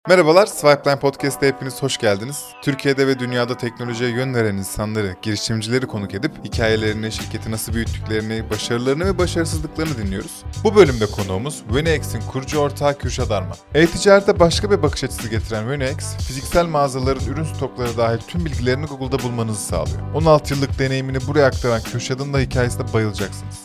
Merhabalar, Swipeline Podcast'a hepiniz hoş geldiniz. Türkiye'de ve dünyada teknolojiye yön veren insanları, girişimcileri konuk edip hikayelerini, şirketi nasıl büyüttüklerini, başarılarını ve başarısızlıklarını dinliyoruz. Bu bölümde konuğumuz VenuX'in kurucu ortağı Kürşad Arman. E-ticarete başka bir bakış açısı getiren VenuX, fiziksel mağazaların ürün stokları dahil tüm bilgilerini Google'da bulmanızı sağlıyor. 16 yıllık deneyimini buraya aktaran Kürşad'ın da hikayesine bayılacaksınız.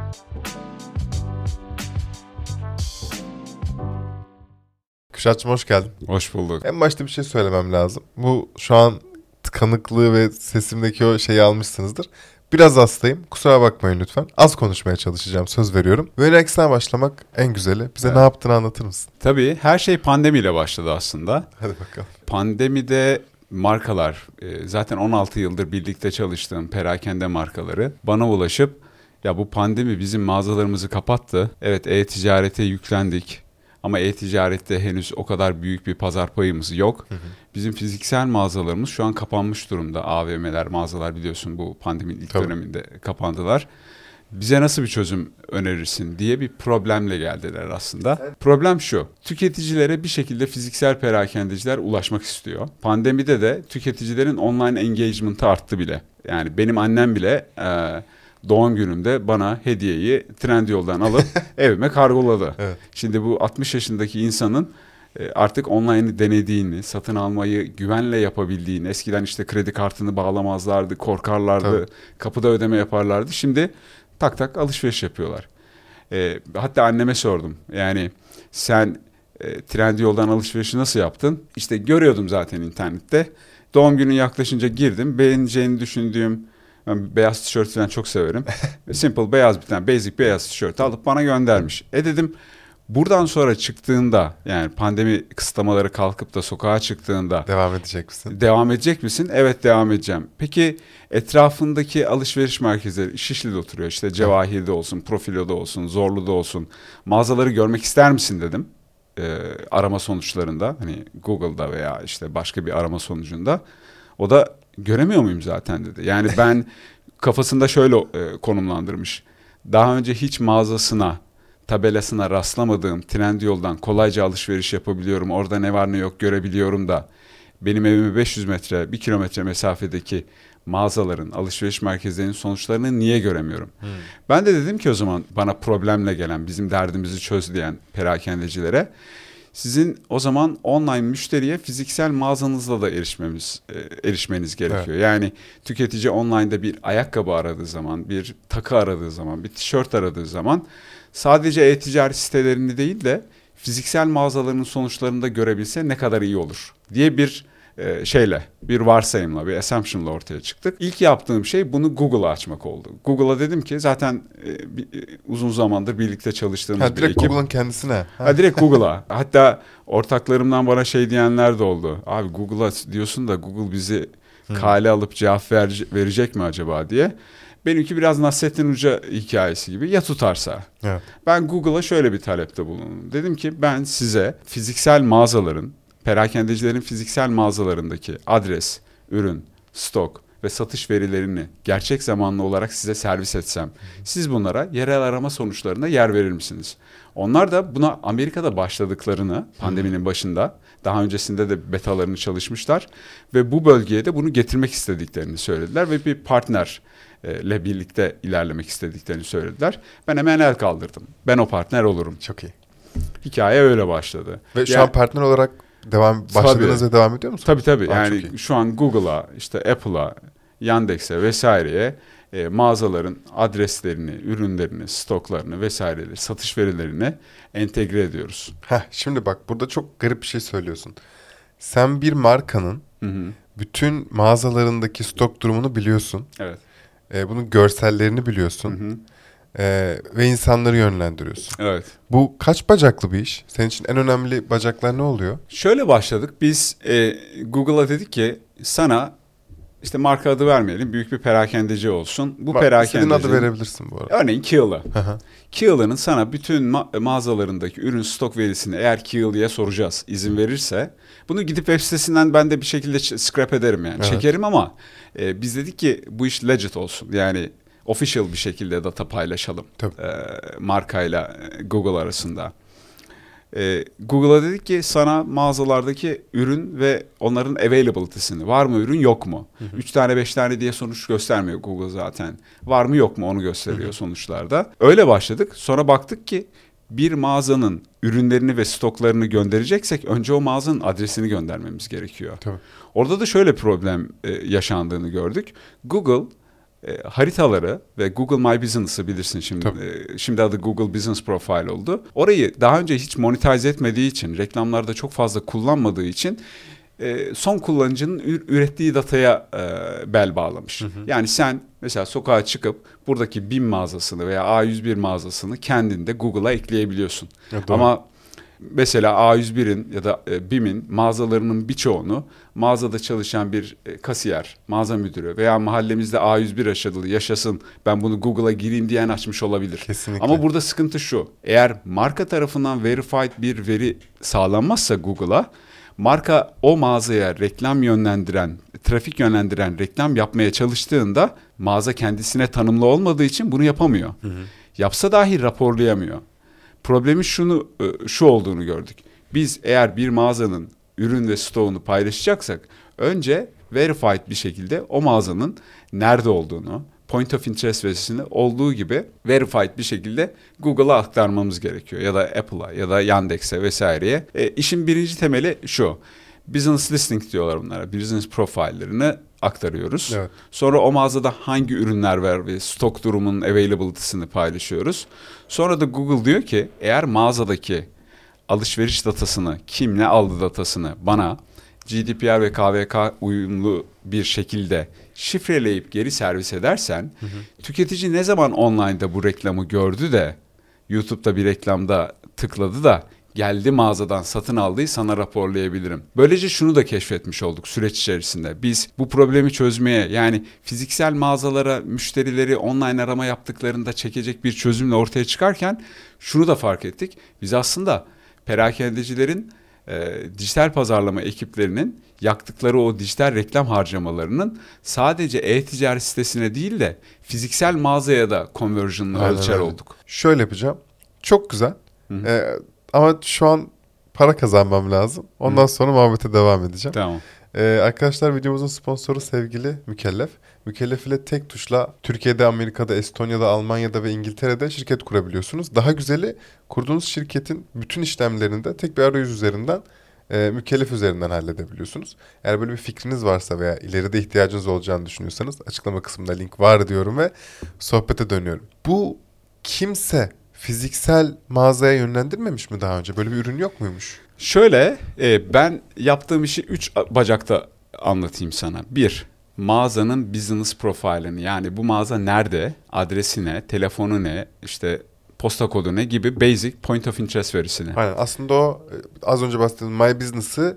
Kürşat'cığım hoş geldin. Hoş bulduk. En başta bir şey söylemem lazım. Bu şu an tıkanıklığı ve sesimdeki o şeyi almışsınızdır. Biraz hastayım. Kusura bakmayın lütfen. Az konuşmaya çalışacağım. Söz veriyorum. VenuX'ten başlamak en güzeli. Bize ne yaptığını anlatır mısın? Tabii her şey pandemiyle başladı aslında. Hadi bakalım. Pandemide markalar, zaten 16 yıldır birlikte çalıştığım perakende markaları bana ulaşıp ya bu pandemi bizim mağazalarımızı kapattı. Evet, e-ticarete yüklendik. Ama e-ticarette henüz o kadar büyük bir pazar payımız yok. Bizim fiziksel mağazalarımız şu an kapanmış durumda. AVM'ler, mağazalar biliyorsun bu pandeminin ilk döneminde kapandılar. Bize nasıl bir çözüm önerirsin diye bir problemle geldiler aslında. Evet. Problem şu, tüketicilere bir şekilde fiziksel perakendeciler ulaşmak istiyor. Pandemide de tüketicilerin online engagement'ı arttı bile. Yani benim annem bile doğum günümde bana hediyeyi Trendyol'dan alıp evime kargoladı. Evet. Şimdi bu 60 yaşındaki insanın artık online'ı denediğini, satın almayı güvenle yapabildiğini, eskiden işte kredi kartını bağlamazlardı, korkarlardı, kapıda ödeme yaparlardı. Şimdi tak tak alışveriş yapıyorlar. Hatta anneme sordum. Yani sen Trendyol'dan alışverişi nasıl yaptın? İşte görüyordum zaten internette. Doğum günü yaklaşınca girdim. Beğeneceğini düşündüğüm, ben beyaz tişört falan çok severim. Simple beyaz bir tane basic beyaz tişört alıp bana göndermiş. Dedim buradan sonra çıktığında, yani pandemi kısıtlamaları kalkıp da sokağa çıktığında devam edecek misin? Devam edecek misin? Evet, devam edeceğim. Peki etrafındaki alışveriş merkezleri, Şişli'de oturuyor, işte Cevahir'de olsun, Profilo'da olsun, Zorlu'da olsun, mağazaları görmek ister misin dedim. Arama sonuçlarında, hani Google'da veya işte başka bir arama sonucunda. O da göremiyor muyum zaten dedi. Yani ben kafasında şöyle konumlandırmış. Daha önce hiç mağazasına, tabelasına rastlamadığım Trendyol'dan kolayca alışveriş yapabiliyorum. Orada ne var ne yok görebiliyorum da benim evime 500 metre, 1 kilometre mesafedeki mağazaların, alışveriş merkezlerinin sonuçlarını niye göremiyorum? Ben de dedim ki o zaman bana problemle gelen, bizim derdimizi çöz diyen perakendecilere, sizin o zaman online müşteriye fiziksel mağazanızla da erişmeniz gerekiyor. Evet. Yani tüketici online'da bir ayakkabı aradığı zaman, bir takı aradığı zaman, bir tişört aradığı zaman sadece e-ticaret sitelerini değil de fiziksel mağazaların sonuçlarını da görebilse ne kadar iyi olur diye bir bir varsayımla, bir assumption'la ortaya çıktık. İlk yaptığım şey bunu Google'a açmak oldu. Google'a dedim ki zaten uzun zamandır birlikte çalıştığımız bir direkt ekip. Google'ın kendisine. Direkt Google'a. Hatta ortaklarımdan bana şey diyenler de oldu. Abi Google'a diyorsun da Google bizi kale alıp cevap verecek mi acaba diye. Benimki biraz Nasrettin Hoca hikayesi gibi, ya tutarsa. Evet. Ben Google'a şöyle bir talepte bulundum. Dedim ki ben size fiziksel mağazaların, perakendecilerin fiziksel mağazalarındaki adres, ürün, stok ve satış verilerini gerçek zamanlı olarak size servis etsem, siz bunlara yerel arama sonuçlarına yer verir misiniz? Onlar da buna Amerika'da başladıklarını, pandeminin başında, daha öncesinde de betalarını çalışmışlar ve bu bölgeye de bunu getirmek istediklerini söylediler ve bir partnerle birlikte ilerlemek istediklerini söylediler. Ben hemen el kaldırdım. Ben o partner olurum. Çok iyi. Hikaye öyle başladı. Ve şu an partner olarak başladınız ve devam ediyor musunuz? Tabii. Yani şu an Google'a, işte Apple'a, Yandex'e vesaireye mağazaların adreslerini, ürünlerini, stoklarını vesaireleri, satış verilerini entegre ediyoruz. Şimdi bak, burada çok garip bir şey söylüyorsun. Sen bir markanın bütün mağazalarındaki stok durumunu biliyorsun. Evet. Bunun görsellerini biliyorsun. Ve insanları yönlendiriyorsun. Evet. Bu kaç bacaklı bir iş? Senin için en önemli bacaklar ne oluyor? Şöyle başladık. Biz Google'a dedik ki sana işte marka adı vermeyelim, büyük bir perakendeci olsun. Bu perakendeci. İstediğin adı verebilirsin bu arada. Örneğin Kialı. Kialı'nın sana bütün mağazalarındaki ürün stok verisini eğer Kialı'ya soracağız, izin verirse bunu gidip web sitesinden ben de bir şekilde scrap ederim yani. Evet. Çekerim ama biz dedik ki bu iş legit olsun. Yani official bir şekilde data paylaşalım markayla Google arasında. Google'a dedik ki sana mağazalardaki ürün ve onların availability'sini, var mı ürün yok mu? 3 tane 5 tane diye sonuç göstermiyor Google zaten. Var mı yok mu onu gösteriyor sonuçlarda. Öyle başladık. Sonra baktık ki bir mağazanın ürünlerini ve stoklarını göndereceksek önce o mağazanın adresini göndermemiz gerekiyor. Tabii. Orada da şöyle problem yaşandığını gördük. Google haritaları ve Google My Business'ı bilirsin şimdi. Şimdi adı Google Business Profile oldu. Orayı daha önce hiç monetize etmediği için, reklamlarda çok fazla kullanmadığı için son kullanıcının ürettiği dataya bel bağlamış. Yani sen mesela sokağa çıkıp buradaki BİM mağazasını veya A101 mağazasını kendinde Google'a ekleyebiliyorsun. Ama mesela A101'in ya da BİM'in mağazalarının birçoğunu mağazada çalışan bir kasiyer, mağaza müdürü veya mahallemizde A101 yaşasın ben bunu Google'a gireyim diyen açmış olabilir. Kesinlikle. Ama burada sıkıntı şu. Eğer marka tarafından verified bir veri sağlanmazsa Google'a, marka o mağazaya reklam yönlendiren, trafik yönlendiren reklam yapmaya çalıştığında mağaza kendisine tanımlı olmadığı için bunu yapamıyor. Yapsa dahi raporlayamıyor. Problemi şu olduğunu gördük. Biz eğer bir mağazanın ürün ve stoğunu paylaşacaksak önce verified bir şekilde o mağazanın nerede olduğunu, point of interest verisini olduğu gibi verified bir şekilde Google'a aktarmamız gerekiyor. Ya da Apple'a ya da Yandex'e vesaireye. İşin birinci temeli şu. Business listing diyorlar bunlara. Business profile'lerini aktarıyoruz. Evet. Sonra o mağazada hangi ürünler var ve stok durumunun availability'sini paylaşıyoruz. Sonra da Google diyor ki eğer mağazadaki alışveriş datasını, kim ne aldı datasını bana GDPR ve KVK uyumlu bir şekilde şifreleyip geri servis edersen, tüketici ne zaman online'da bu reklamı gördü de YouTube'da bir reklamda tıkladı da geldi mağazadan satın aldığı sana raporlayabilirim. Böylece şunu da keşfetmiş olduk süreç içerisinde. Biz bu problemi çözmeye, yani fiziksel mağazalara müşterileri online arama yaptıklarında çekecek bir çözümle ortaya çıkarken şunu da fark ettik. Biz aslında perakendecilerin dijital pazarlama ekiplerinin yaktıkları o dijital reklam harcamalarının sadece e-ticaret sitesine değil de fiziksel mağazaya da conversion'ını ölçer olduk. Şöyle yapacağım. Çok güzel. Ama şu an para kazanmam lazım. Ondan sonra muhabbete devam edeceğim. Tamam. Arkadaşlar videomuzun sponsoru sevgili Mükellef. Mükellef ile tek tuşla Türkiye'de, Amerika'da, Estonya'da, Almanya'da ve İngiltere'de şirket kurabiliyorsunuz. Daha güzeli, kurduğunuz şirketin bütün işlemlerini de tek bir arayüz üzerinden Mükellef üzerinden halledebiliyorsunuz. Eğer böyle bir fikriniz varsa veya ileride ihtiyacınız olacağını düşünüyorsanız açıklama kısmında link var diyorum ve sohbete dönüyorum. Bu kimse fiziksel mağazaya yönlendirmemiş mi daha önce? Böyle bir ürün yok muymuş? Şöyle, ben yaptığım işi 3 bacakta anlatayım sana. 1, mağazanın business profile'ini, yani bu mağaza nerede, adresi ne, telefonu ne, işte posta kodu ne gibi basic point of interest verisini. Aynen, aslında o az önce bahsettiğim My Business'ı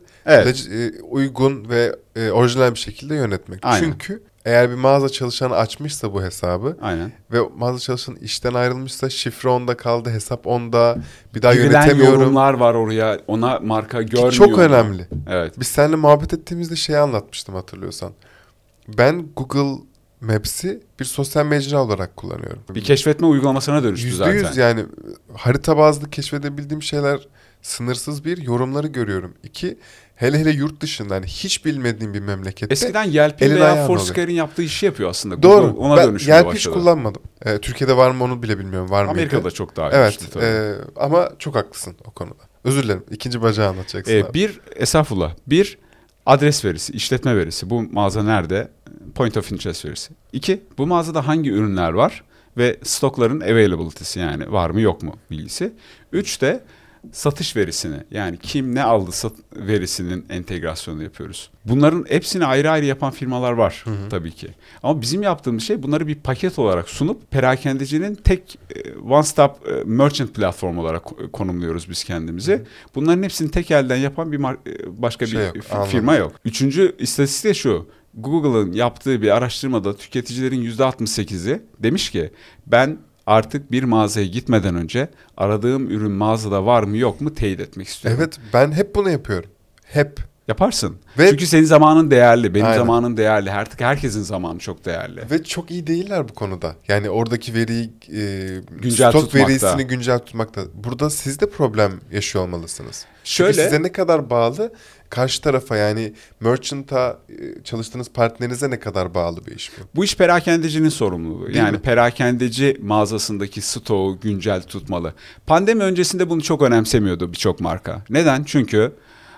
uygun ve orijinal bir şekilde yönetmek. Aynen. Çünkü eğer bir mağaza çalışanı açmışsa bu hesabı ve mağaza çalışanı işten ayrılmışsa şifre onda kaldı, hesap onda, bir daha girilen yönetemiyorum. yorumlar var oraya, ona marka görmüyor. Çok önemli. Evet. Biz seninle muhabbet ettiğimizde şeyi anlatmıştım, hatırlıyorsan. Ben Google Maps'i bir sosyal mecra olarak kullanıyorum. Bir keşfetme uygulamasına dönüştü zaten. %100 yani harita bazlı keşfedebildiğim şeyler sınırsız, bir yorumları görüyorum. 2, hele yurt dışında, hani hiç bilmediğim bir memlekette. Eskiden Yelp'in veya Foursquare'in yaptığı işi yapıyor aslında. Doğru. Google ona dönüşmeye başladı. başladı. Yelp hiç kullanmadım. Türkiye'de var mı onu bile bilmiyorum. Var mı? Amerika'da çok daha evet, güçlü tabii. Ama çok haklısın o konuda. Özür dilerim. İkinci bacağı anlatacaksın abi. Bir adres verisi, işletme verisi. Bu mağaza nerede? Point of interest verisi. 2, bu mağazada hangi ürünler var ve stokların availability'si, yani var mı yok mu bilgisi. 3 de satış verisini, yani kim ne aldı verisinin entegrasyonu yapıyoruz. Bunların hepsini ayrı ayrı yapan firmalar var tabii ki. Ama bizim yaptığımız şey bunları bir paket olarak sunup perakendecinin tek one stop merchant platform olarak konumluyoruz biz kendimizi. Bunların hepsini tek elden yapan başka bir firma yok. Üçüncü istatistik de şu. Google'ın yaptığı bir araştırmada tüketicilerin %68'i demiş ki ben artık bir mağazaya gitmeden önce aradığım ürün mağazada var mı yok mu teyit etmek istiyorum. Evet, ben hep bunu yapıyorum. Hep. Yaparsın. Ve Çünkü senin zamanın değerli, benim Aynen. zamanım değerli. Artık herkesin zamanı çok değerli. Ve çok iyi değiller bu konuda. Yani oradaki veriyi, Güncel stok tutmakta. verisini güncel tutmakta. Burada siz de problem yaşıyor olmalısınız. Şöyle, Çünkü size ne kadar bağlı, karşı tarafa yani merchant'a, çalıştığınız partnerinize ne kadar bağlı bir iş bu. bu iş perakendecinin sorumluluğu. Değil Yani mi? perakendeci mağazasındaki stoğu güncel tutmalı. Pandemi öncesinde bunu çok önemsemiyordu birçok marka. Neden? Çünkü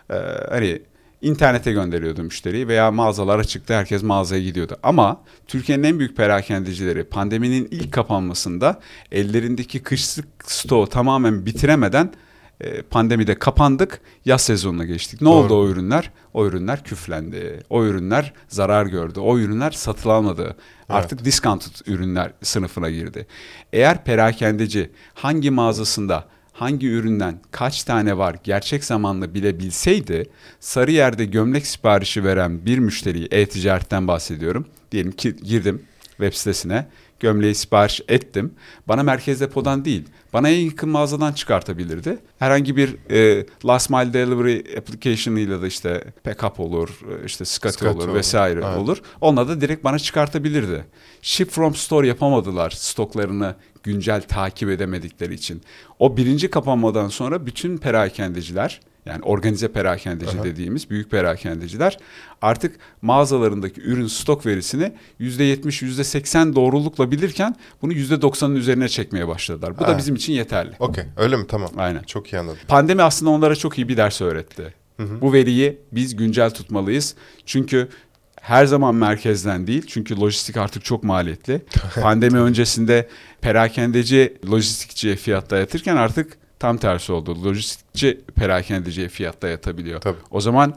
hani internete gönderiyordu müşteriyi veya mağazalar açıktı, herkes mağazaya gidiyordu. Ama Türkiye'nin en büyük perakendecileri pandeminin ilk kapanmasında ellerindeki kışlık stoğu tamamen bitiremeden pandemide kapandık, yaz sezonuna geçtik. Ne oldu o ürünler? O ürünler küflendi. O ürünler zarar gördü. O ürünler satılamadı. Artık discounted ürünler sınıfına girdi. Eğer perakendeci hangi mağazasında hangi üründen kaç tane var gerçek zamanlı bilebilseydi, Sarıyer'de gömlek siparişi veren bir müşteriyi, e-ticaretten bahsediyorum. Diyelim ki girdim web sitesine, gömleği sipariş ettim. Bana merkez depodan değil, bana en yakın mağazadan çıkartabilirdi. Herhangi bir last mile delivery application ile de işte Pickup olur, işte Scotty olur vesaire olur. Onunla da direkt bana çıkartabilirdi. Ship from store yapamadılar stoklarını güncel takip edemedikleri için. O birinci kapanmadan sonra bütün perakendeciler, yani organize perakendeci dediğimiz büyük perakendeciler artık mağazalarındaki ürün stok verisini %70, %80 doğrulukla bilirken bunu %90'ın üzerine çekmeye başladılar. Bu da bizim için yeterli. Okey, öyle mi? Tamam. Aynen. Çok iyi anladım. Pandemi aslında onlara çok iyi bir ders öğretti. Bu veriyi biz güncel tutmalıyız. Çünkü her zaman merkezden değil. Çünkü lojistik artık çok maliyetli. Pandemi öncesinde perakendeci lojistikçiye fiyat dayatırken artık tam tersi oldu. Lojistikçi perakendeciye fiyat dayatabiliyor. Tabii. O zaman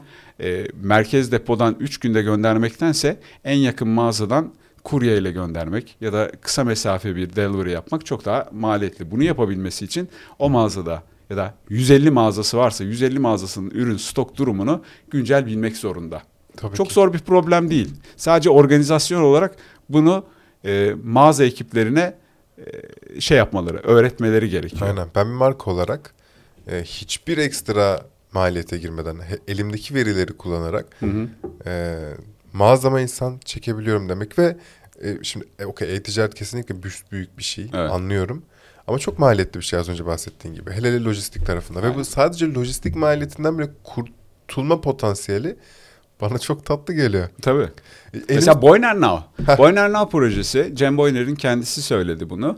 merkez depodan 3 günde göndermektense en yakın mağazadan kurye ile göndermek ya da kısa mesafe bir delivery yapmak çok daha maliyetli. Bunu yapabilmesi için o mağazada ya da 150 mağazası varsa 150 mağazasının ürün stok durumunu güncel bilmek zorunda. Tabii çok ki. zor bir problem değil. Sadece organizasyon olarak bunu mağaza ekiplerine yapmaları, öğretmeleri gerekiyor. Aynen. Ben bir marka olarak hiçbir ekstra maliyete girmeden elimdeki verileri kullanarak mağazama insan çekebiliyorum demek ve şimdi okey, e-ticaret kesinlikle büyük bir şey, Evet. anlıyorum. Ama çok maliyetli bir şey az önce bahsettiğin gibi. Hele lojistik tarafında. Aynen. Ve bu sadece lojistik maliyetinden bile kurtulma potansiyeli bana çok tatlı geliyor. Tabii. Mesela Boyner Now. Boyner Now projesi, Cem Boyner'in kendisi söyledi bunu.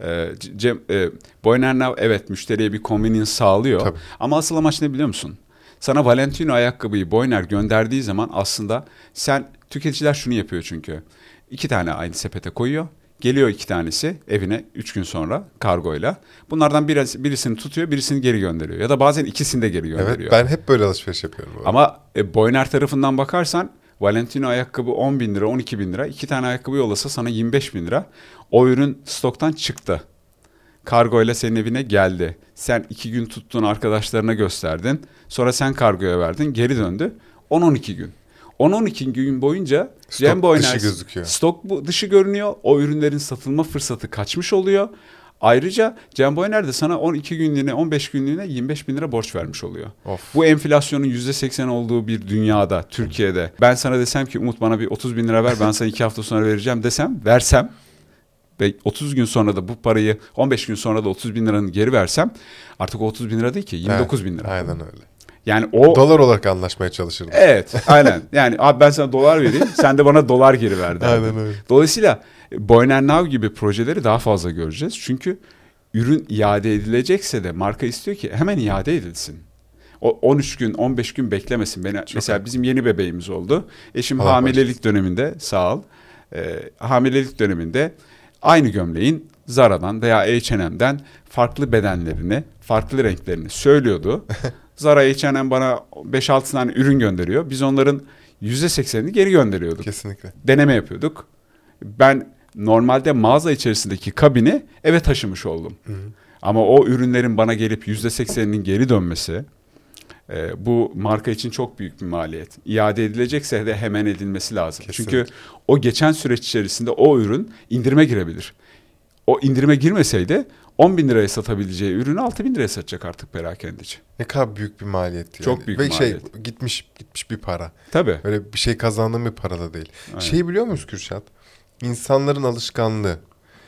Boyner Now evet müşteriye bir convenience sağlıyor. Tabii. Ama asıl amaç ne biliyor musun? Sana Valentino ayakkabıyı Boyner gönderdiği zaman aslında tüketiciler şunu yapıyor çünkü. 2 tane aynı sepete koyuyor. Geliyor 2 tanesi evine 3 gün sonra kargoyla. Bunlardan birisini tutuyor, birisini geri gönderiyor. Ya da bazen ikisini de geri gönderiyor. Evet, ben hep böyle alışveriş yapıyorum. Ama Boyner tarafından bakarsan Valentino ayakkabı 10 bin lira, 12 bin lira. 2 tane ayakkabı yollasa sana 25 bin lira. O ürün stoktan çıktı. Kargoyla senin evine geldi. Sen 2 gün tuttuğun arkadaşlarına gösterdin. Sonra sen kargoya verdin, geri döndü. 10-12 gün. 10-12 gün boyunca Cem Boyner dışı gözüküyor. Stok dışı görünüyor. O ürünlerin satılma fırsatı kaçmış oluyor. Ayrıca Cem Boyner de sana 12 günlüğüne, 15 günlüğüne 25 bin lira borç vermiş oluyor. Of. Bu enflasyonun %80 olduğu bir dünyada, Türkiye'de ben sana desem ki Umut bana bir 30 bin lira ver, ben sana 2 hafta sonra vereceğim versem ve 30 gün sonra da bu parayı 15 gün sonra da 30 bin liranın geri versem artık o 30 bin lira değil ki 29 bin lira. Aynen öyle. Yani o Dolar olarak anlaşmaya çalışırdım. evet aynen yani abi ben sana dolar vereyim sen de bana dolar geri ver derdim. Aynen öyle. Dolayısıyla Boyner Now gibi projeleri daha fazla göreceğiz. Çünkü ürün iade edilecekse de marka istiyor ki hemen iade edilsin. O 13 gün 15 gün beklemesin. Mesela bizim yeni bebeğimiz oldu. Eşim Allah hamilelik döneminde sağ ol. Hamilelik döneminde aynı gömleğin Zara'dan veya H&M'den farklı bedenlerini, farklı renklerini söylüyordu. Zara H&M bana 5-6 tane ürün gönderiyor. Biz onların %80'ini geri gönderiyorduk. Kesinlikle. Deneme yapıyorduk. Ben normalde mağaza içerisindeki kabini eve taşımış oldum. Ama o ürünlerin bana gelip %80'inin geri dönmesi bu marka için çok büyük bir maliyet. İade edilecekse de hemen edilmesi lazım. Kesinlikle. Çünkü o geçen süreç içerisinde o ürün indirime girebilir. O indirime girmeseydi 10 bin liraya satabileceği ürünü 6 bin liraya satacak artık perakendeci. Ne kadar büyük bir maliyet yani. Çok büyük Ve bir maliyet. Gitmiş bir para. Tabii. Öyle bir şey kazandığım bir para da değil. Aynen. Şeyi biliyor muyuz Kürşat? İnsanların alışkanlığı.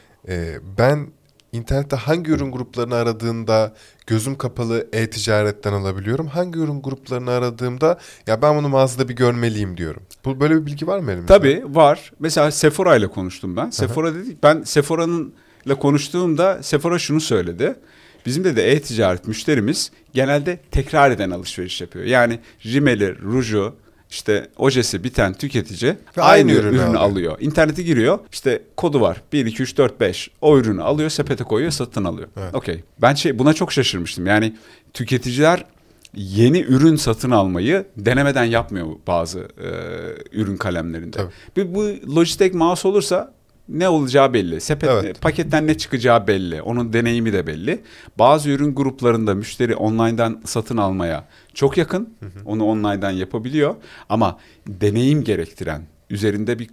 Ben internette hangi ürün gruplarını aradığımda gözüm kapalı e-ticaretten alabiliyorum. Hangi ürün gruplarını aradığımda ya ben bunu mağazada bir görmeliyim diyorum. Bu böyle bir bilgi var mı elimizde? Tabii var. Mesela Sephora ile konuştum ben. Sephora dedik. Ben Sephora'nın ile konuştuğumda Sephora şunu söyledi. Bizim de e-ticaret müşterimiz genelde tekrar eden alışveriş yapıyor. Yani rimeli, ruju, işte ojesi biten tüketici ve aynı ürünü alıyor. İnternete giriyor. İşte kodu var. 1, 2, 3, 4, 5. O ürünü alıyor, sepete koyuyor, satın alıyor. Evet. Okey. Ben buna çok şaşırmıştım. Yani tüketiciler yeni ürün satın almayı denemeden yapmıyor bazı ürün kalemlerinde. Bu Logitech mouse olursa ne olacağı belli. Paketten ne çıkacağı belli. Onun deneyimi de belli. Bazı ürün gruplarında müşteri online'dan satın almaya çok yakın. Onu online'dan yapabiliyor. Ama deneyim gerektiren, üzerinde bir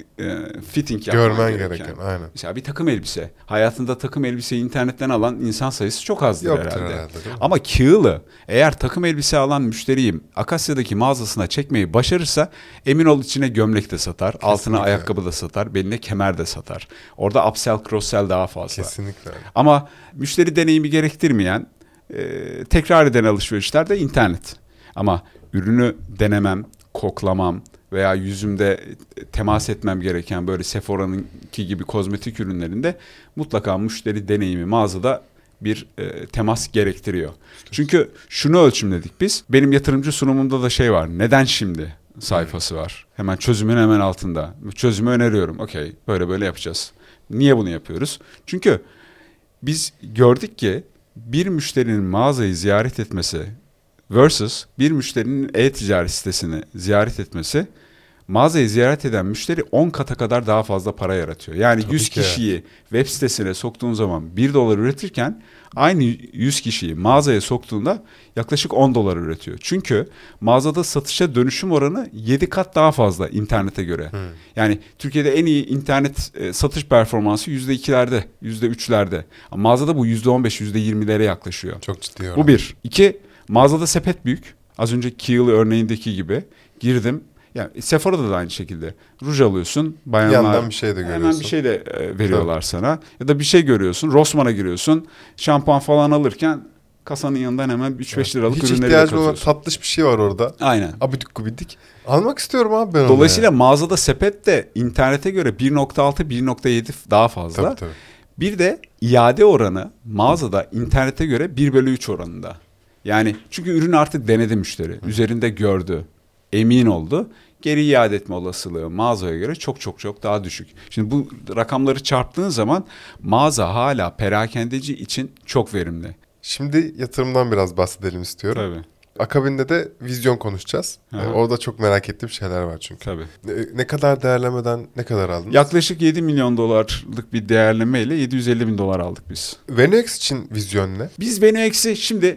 fitting yapman gereken. Aynen. Mesela bir takım elbise. Hayatında takım elbiseyi internetten alan insan sayısı çok azdır herhalde. Ama Kığılı eğer takım elbise alan müşteriyi Akasya'daki mağazasına çekmeyi başarırsa emin ol içine gömlek de satar. Kesinlikle. Altına ayakkabı da satar. Beline kemer de satar. Orada upsell cross-sell daha fazla. Kesinlikle. Ama müşteri deneyimi gerektirmeyen tekrar eden alışverişler de internet. Ama ürünü denemem, koklamam veya yüzümde temas etmem gereken böyle Sephora'nınki gibi kozmetik ürünlerinde mutlaka müşteri deneyimi mağazada bir temas gerektiriyor. Çünkü şunu ölçümledik biz. Benim yatırımcı sunumumda da var. Neden şimdi sayfası var. Hemen çözümün hemen altında. Çözümü öneriyorum. Okey, böyle yapacağız. Niye bunu yapıyoruz? Çünkü biz gördük ki bir müşterinin mağazayı ziyaret etmesi versus bir müşterinin e-ticaret sitesini ziyaret etmesi mağazayı ziyaret eden müşteri 10 kata kadar daha fazla para yaratıyor. Yani tabii 100 kişiyi web sitesine soktuğun zaman $1 üretirken aynı 100 kişiyi mağazaya soktuğunda yaklaşık $10 üretiyor. Çünkü mağazada satışa dönüşüm oranı 7 kat daha fazla internete göre. Yani Türkiye'de en iyi internet satış performansı %2'lerde, %3'lerde. Ama mağazada bu %15, %20'lere yaklaşıyor. Çok ciddi oran. Bu bir. İki, mağazada sepet büyük. Az önce Keel örneğindeki gibi girdim. Yani Sephora'da da aynı şekilde. Ruj alıyorsun. Bayanlar yandan bir şey de görüyorsun. Hemen bir şey de veriyorlar sana. Ya da bir şey görüyorsun. Rossmann'a giriyorsun. Şampuan falan alırken kasanın yanından hemen 3-5 liralık ürünleri de ihtiyacın olan tatlış bir şey var orada. Aynen. Abidik gubidik. Almak istiyorum abi ben onu. Dolayısıyla mağazada sepet de internete göre 1.6-1.7 daha fazla. Tabii. Bir de iade oranı mağazada internete göre 1/3 oranında. Yani çünkü ürünü artık denedi müşteri. Üzerinde gördü. Emin oldu. Geri iade etme olasılığı mağazaya göre çok daha düşük. Şimdi bu rakamları çarptığın zaman mağaza hala perakendeci için çok verimli. Şimdi yatırımdan biraz bahsedelim istiyorum. Tabii. Akabinde de vizyon konuşacağız. Orada çok merak ettiğim şeyler var çünkü. Tabii. Ne kadar değerlemeden ne kadar aldınız? Yaklaşık $7 milyon bir değerlemeyle $750.000 aldık biz. VenueX için vizyon ne? Biz VenueX'i şimdi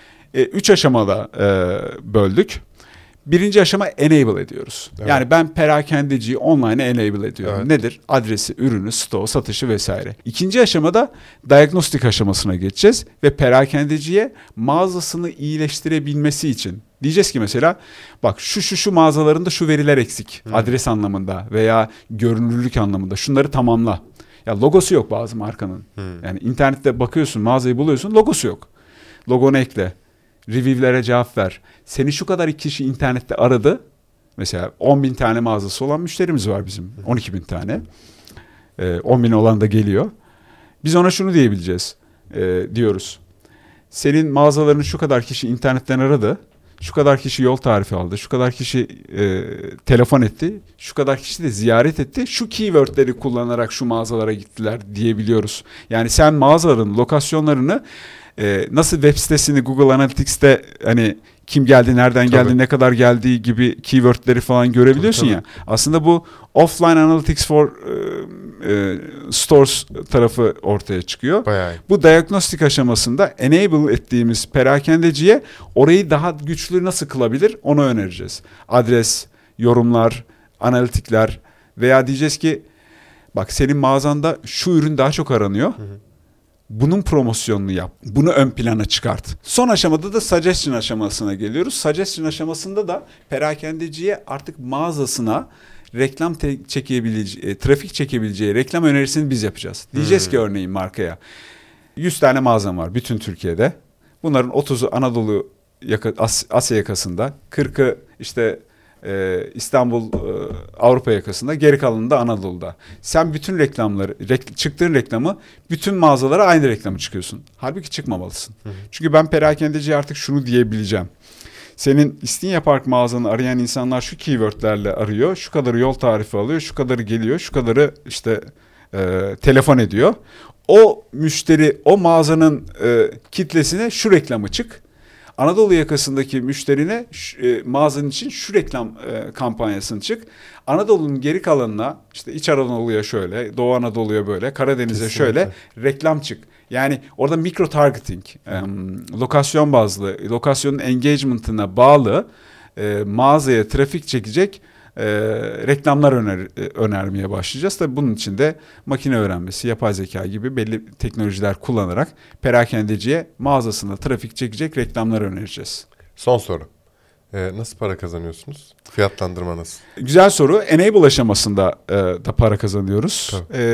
3 aşamada böldük. Birinci aşama enable ediyoruz. Evet. Yani ben perakendeciyi online enable ediyorum. Evet. Nedir? Adresi, ürünü, stoğu, satışı vesaire. İkinci aşamada diagnostik aşamasına geçeceğiz ve perakendeciye mağazasını iyileştirebilmesi için diyeceğiz ki mesela bak şu mağazalarında şu veriler eksik. Adres anlamında veya görünürlük anlamında şunları tamamla. Ya logosu yok bazı markanın. Yani internette bakıyorsun, mağazayı buluyorsun, logosu yok. Logonu ekle. Review'lere cevap ver. Seni şu kadar kişi internette aradı. Mesela 10.000 tane mağazası olan müşterimiz var bizim. 12.000 tane. 10.000 olan da geliyor. Biz ona şunu diyebileceğiz. Diyoruz. Senin mağazalarını şu kadar kişi internetten aradı. Şu kadar kişi yol tarifi aldı. Şu kadar kişi telefon etti. Şu kadar kişi de ziyaret etti. Şu keywordleri kullanarak şu mağazalara gittiler diyebiliyoruz. Yani sen mağazaların lokasyonlarını nasıl web sitesini Google Analytics'te hani kim geldi, nereden geldi, ne kadar geldiği gibi keywordleri falan görebiliyorsun ya. Aslında bu offline analytics for stores tarafı ortaya çıkıyor. Bayağı. Bu diagnostik aşamasında enable ettiğimiz perakendeciye orayı daha güçlü nasıl kılabilir onu önereceğiz. Adres, yorumlar, analitikler veya diyeceğiz ki bak senin mağazanda şu ürün daha çok aranıyor. Bunun promosyonunu yap. Bunu ön plana çıkart. Son aşamada da suggestion aşamasına geliyoruz. Suggestion aşamasında da perakendeciye artık mağazasına reklam çekebileceği, trafik çekebileceği reklam önerisini biz yapacağız. Diyeceğiz ki örneğin markaya 100 tane mağazam var bütün Türkiye'de. Bunların 30'u Anadolu Asya yakasında, 40'ı işte İstanbul Avrupa yakasında, geri kalanı da Anadolu'da. Sen bütün reklamları, çıktığın reklamı bütün mağazalara aynı reklamı çıkıyorsun. Halbuki çıkmamalısın. Çünkü ben perakendeciye artık şunu diyebileceğim. Senin İstinye Park mağazanı arayan insanlar şu keywordlerle arıyor. Şu kadarı yol tarifi alıyor, şu kadarı geliyor, şu kadarı işte telefon ediyor. O müşteri, o mağazanın kitlesine şu reklamı çık. Anadolu yakasındaki müşterine mağazanın için şu reklam kampanyasını çık. Anadolu'nun geri kalanına işte İç Anadolu'ya şöyle, Doğu Anadolu'ya böyle, Karadeniz'e kesinlikle şöyle reklam çık. Yani orada mikro targeting, lokasyon bazlı, lokasyonun engagement'ına bağlı mağazaya trafik çekecek reklamlar önermeye başlayacağız. Tabii bunun için de makine öğrenmesi, yapay zeka gibi belli teknolojiler kullanarak perakendeciye mağazasında trafik çekecek reklamlar önereceğiz. Son soru. Nasıl para kazanıyorsunuz? Fiyatlandırma nasıl? Güzel soru. Enable aşamasında da para kazanıyoruz.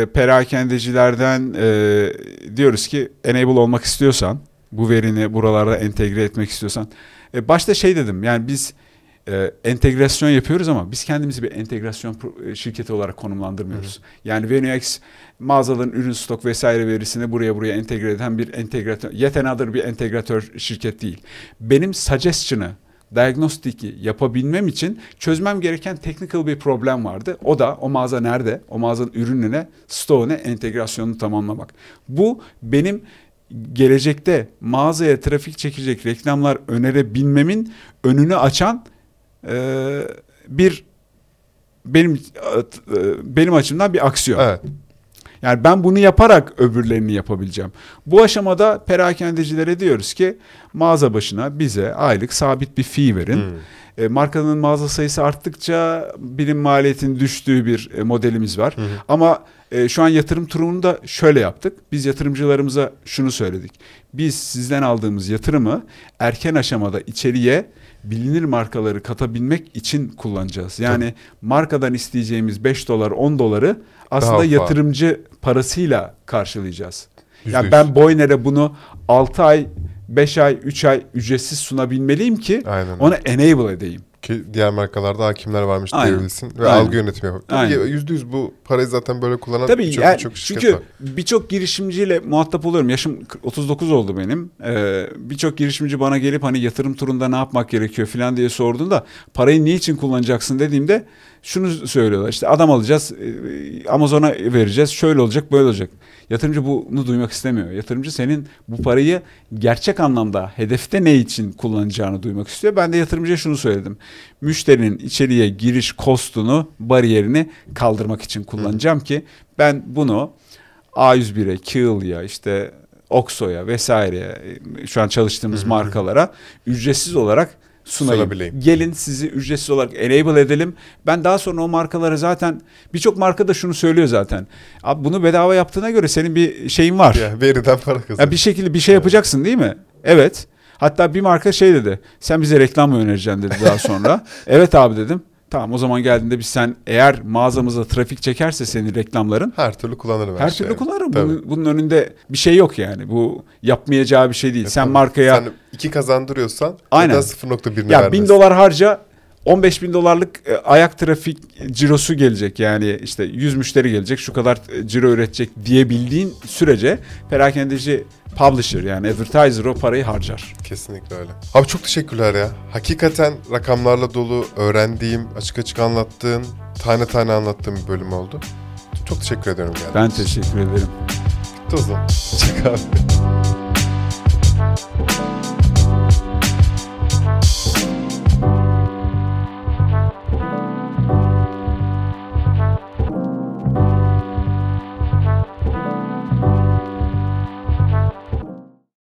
Perakendecilerden diyoruz ki enable olmak istiyorsan, bu verini buralarda entegre etmek istiyorsan. Başta şey dedim, yani biz entegrasyon yapıyoruz ama biz kendimizi bir entegrasyon şirketi olarak konumlandırmıyoruz. Yani VenueX mağazaların ürün stok vesaire verisini buraya entegre eden bir entegratör, yet another bir entegratör şirket değil. Benim suggestion'ı, diagnostik'i yapabilmem için çözmem gereken technical bir problem vardı. O da o mağaza nerede? O mağazanın ürününe, stoğuna entegrasyonunu tamamlamak. Bu benim gelecekte mağazaya trafik çekecek reklamlar önerebilmemin önünü açan benim açımdan bir aksiyon. Evet. Yani ben bunu yaparak öbürlerini yapabileceğim. Bu aşamada perakendecilere diyoruz ki mağaza başına bize aylık sabit bir fee verin. Markanın mağaza sayısı arttıkça birim maliyetin düştüğü bir modelimiz var. Ama şu an yatırım turunu da şöyle yaptık. Biz yatırımcılarımıza şunu söyledik. Biz sizden aldığımız yatırımı erken aşamada içeriye bilinir markaları katabilmek için kullanacağız. Yani markadan isteyeceğimiz $5, $10 aslında yatırımcı parasıyla karşılayacağız. Yani ben Boyner'e bunu 6 ay, 5 ay, 3 ay ücretsiz sunabilmeliyim ki ona enable edeyim. Ki diğer markalarda hakimler varmış diyebilsin ve algı yönetimi yapıp. %100 bu parayı zaten böyle kullanan birçok şirket var. Çünkü birçok girişimciyle muhatap oluyorum. Yaşım 39 oldu benim. Birçok girişimci bana gelip hani yatırım turunda ne yapmak gerekiyor falan diye sorduğunda parayı niçin kullanacaksın dediğimde şunu söylüyorlar. İşte adam alacağız, Amazon'a vereceğiz, şöyle olacak, böyle olacak. Yatırımcı bunu duymak istemiyor. Yatırımcı senin bu parayı gerçek anlamda hedefte ne için kullanacağını duymak istiyor. Ben de yatırımcıya şunu söyledim. Müşterinin içeriye giriş kostunu, bariyerini kaldırmak için kullanacağım ki ben bunu A101'e, Kığıl'ya, işte Oxo'ya vesaire şu an çalıştığımız markalara ücretsiz olarak sunayım. Gelin sizi ücretsiz olarak enable edelim. Ben daha sonra o markalara zaten birçok marka da şunu söylüyor zaten. Abi bunu bedava yaptığına göre senin bir şeyin var. Ya, veriden para kazanıyorsun. Bir şekilde bir şey yapacaksın değil mi? Evet. Hatta bir marka şey dedi. Sen bize reklam mı önereceksin dedi daha sonra. Evet abi dedim. Tamam o zaman geldiğinde biz sen eğer mağazamıza trafik çekerse senin reklamların her türlü kullanırım. Her türlü kullanırım. Bunun önünde bir şey yok yani. Bu yapmayacağı bir şey değil. Sen markaya... Sen 2 kazandırıyorsan neden 0.1'ini ya vermezsin? $1000 harca, $15.000 ayak trafik cirosu gelecek. Yani işte 100 müşteri gelecek, şu kadar ciro üretecek diyebildiğin sürece perakendeci publisher yani advertiser o parayı harcar. Kesinlikle öyle. Abi çok teşekkürler ya. Hakikaten rakamlarla dolu, öğrendiğim, açık açık anlattığın, tane tane anlattığım bir bölüm oldu. Çok teşekkür ediyorum. Ben teşekkür ederim. Bitti o zaman. Çık abi.